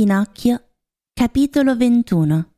Pinocchio, capitolo 21.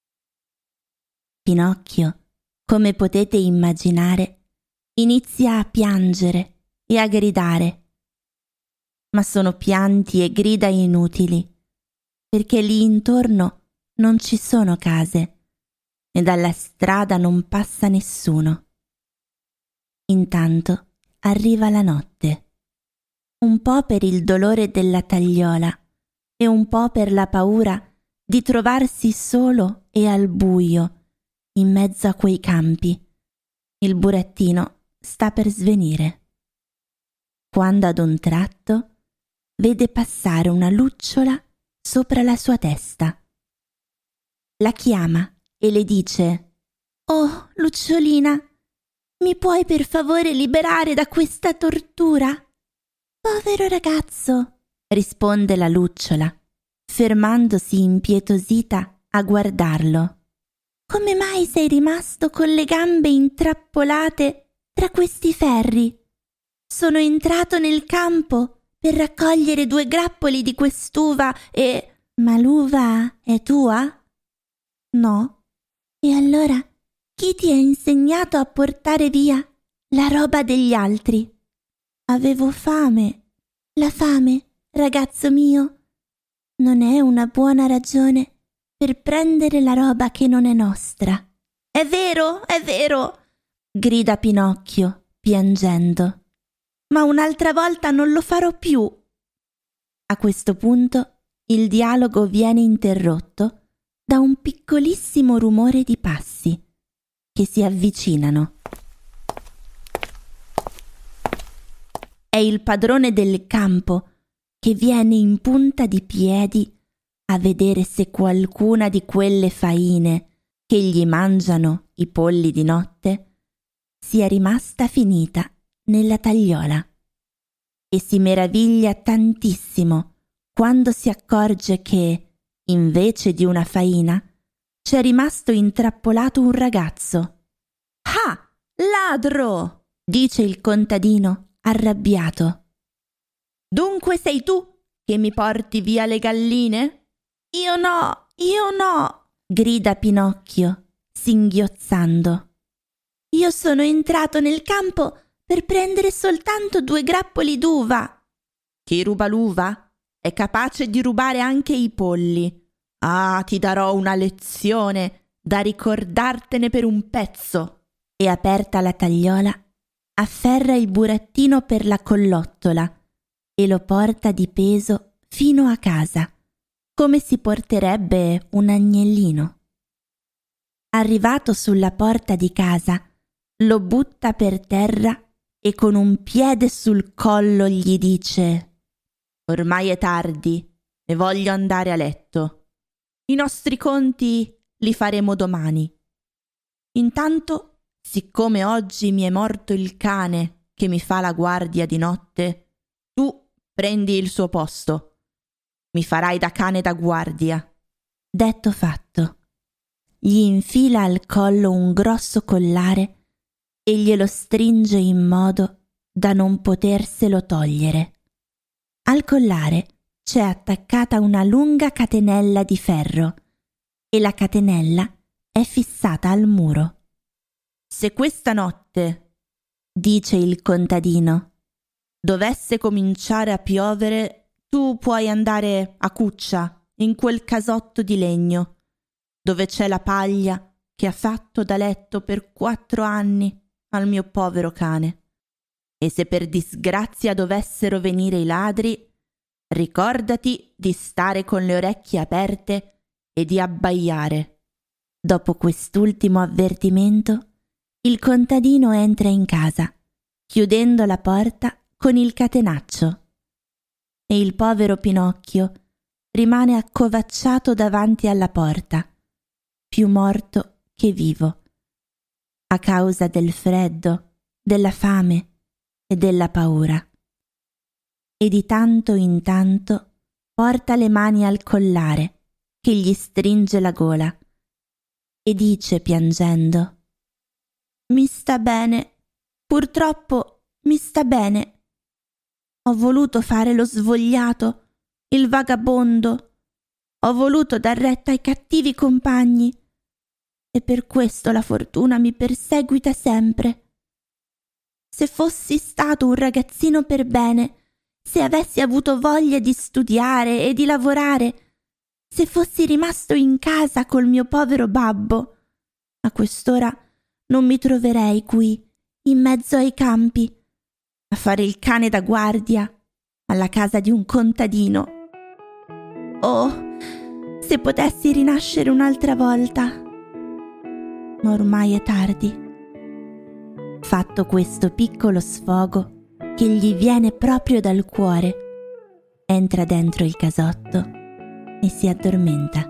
Pinocchio, come potete immaginare, inizia a piangere e a gridare. Ma sono pianti e grida inutili, perché lì intorno non ci sono case e dalla strada non passa nessuno. Intanto arriva la notte, un po' per il dolore della tagliola e un po' per la paura di trovarsi solo e al buio in mezzo a quei campi. Il burattino sta per svenire, quando ad un tratto vede passare una lucciola sopra la sua testa. La chiama e le dice: «Oh, lucciolina, mi puoi per favore liberare da questa tortura?» «Povero ragazzo», risponde la lucciola, fermandosi impietosita a guardarlo. «Come mai sei rimasto con le gambe intrappolate tra questi ferri? Sono entrato nel campo per raccogliere 2 grappoli di quest'uva e...» «Ma l'uva è tua?» «No». «E allora chi ti ha insegnato a portare via la roba degli altri?» «Avevo fame». «La fame, ragazzo mio, non è una buona ragione per prendere la roba che non è nostra». È vero, grida Pinocchio, piangendo. «Ma un'altra volta non lo farò più». A questo punto il dialogo viene interrotto da un piccolissimo rumore di passi che si avvicinano. È il padrone del campo che viene in punta di piedi a vedere se qualcuna di quelle faine che gli mangiano i polli di notte sia rimasta finita nella tagliola, e si meraviglia tantissimo quando si accorge che, invece di una faina, c'è rimasto intrappolato un ragazzo. «Ah, ladro!» dice il contadino arrabbiato. «Dunque sei tu che mi porti via le galline?» Io no, grida Pinocchio, singhiozzando. «Io sono entrato nel campo per prendere soltanto 2 grappoli d'uva». «Chi ruba l'uva è capace di rubare anche i polli. Ah, ti darò una lezione da ricordartene per un pezzo». E aperta la tagliola, afferra il burattino per la collottola e lo porta di peso fino a casa, come si porterebbe un agnellino. Arrivato sulla porta di casa, lo butta per terra e con un piede sul collo gli dice: «Ormai è tardi e voglio andare a letto. I nostri conti li faremo domani. Intanto, siccome oggi mi è morto il cane che mi fa la guardia di notte, tu prendi il suo posto. Mi farai da cane da guardia». Detto fatto, gli infila al collo un grosso collare e glielo stringe in modo da non poterselo togliere. Al collare c'è attaccata una lunga catenella di ferro e la catenella è fissata al muro. «Se questa notte», dice il contadino, «dovesse cominciare a piovere, tu puoi andare a cuccia in quel casotto di legno, dove c'è la paglia che ha fatto da letto per 4 anni al mio povero cane. E se per disgrazia dovessero venire i ladri, ricordati di stare con le orecchie aperte e di abbaiare». Dopo quest'ultimo avvertimento, il contadino entra in casa, chiudendo la porta con il catenaccio, e il povero Pinocchio rimane accovacciato davanti alla porta, più morto che vivo, a causa del freddo, della fame e della paura. E di tanto in tanto porta le mani al collare che gli stringe la gola e dice piangendo: «Mi sta bene, purtroppo mi sta bene. Ho voluto fare lo svogliato, il vagabondo, Ho voluto dar retta ai cattivi compagni e per questo la fortuna mi perseguita sempre. Se fossi stato un ragazzino per bene, se avessi avuto voglia di studiare e di lavorare, se fossi rimasto in casa col mio povero babbo, a quest'ora non mi troverei qui, in mezzo ai campi, a fare il cane da guardia alla casa di un contadino. Oh, se potessi rinascere un'altra volta! Ma ormai è tardi. Fatto questo piccolo sfogo che gli viene proprio dal cuore, entra dentro il casotto e si addormenta.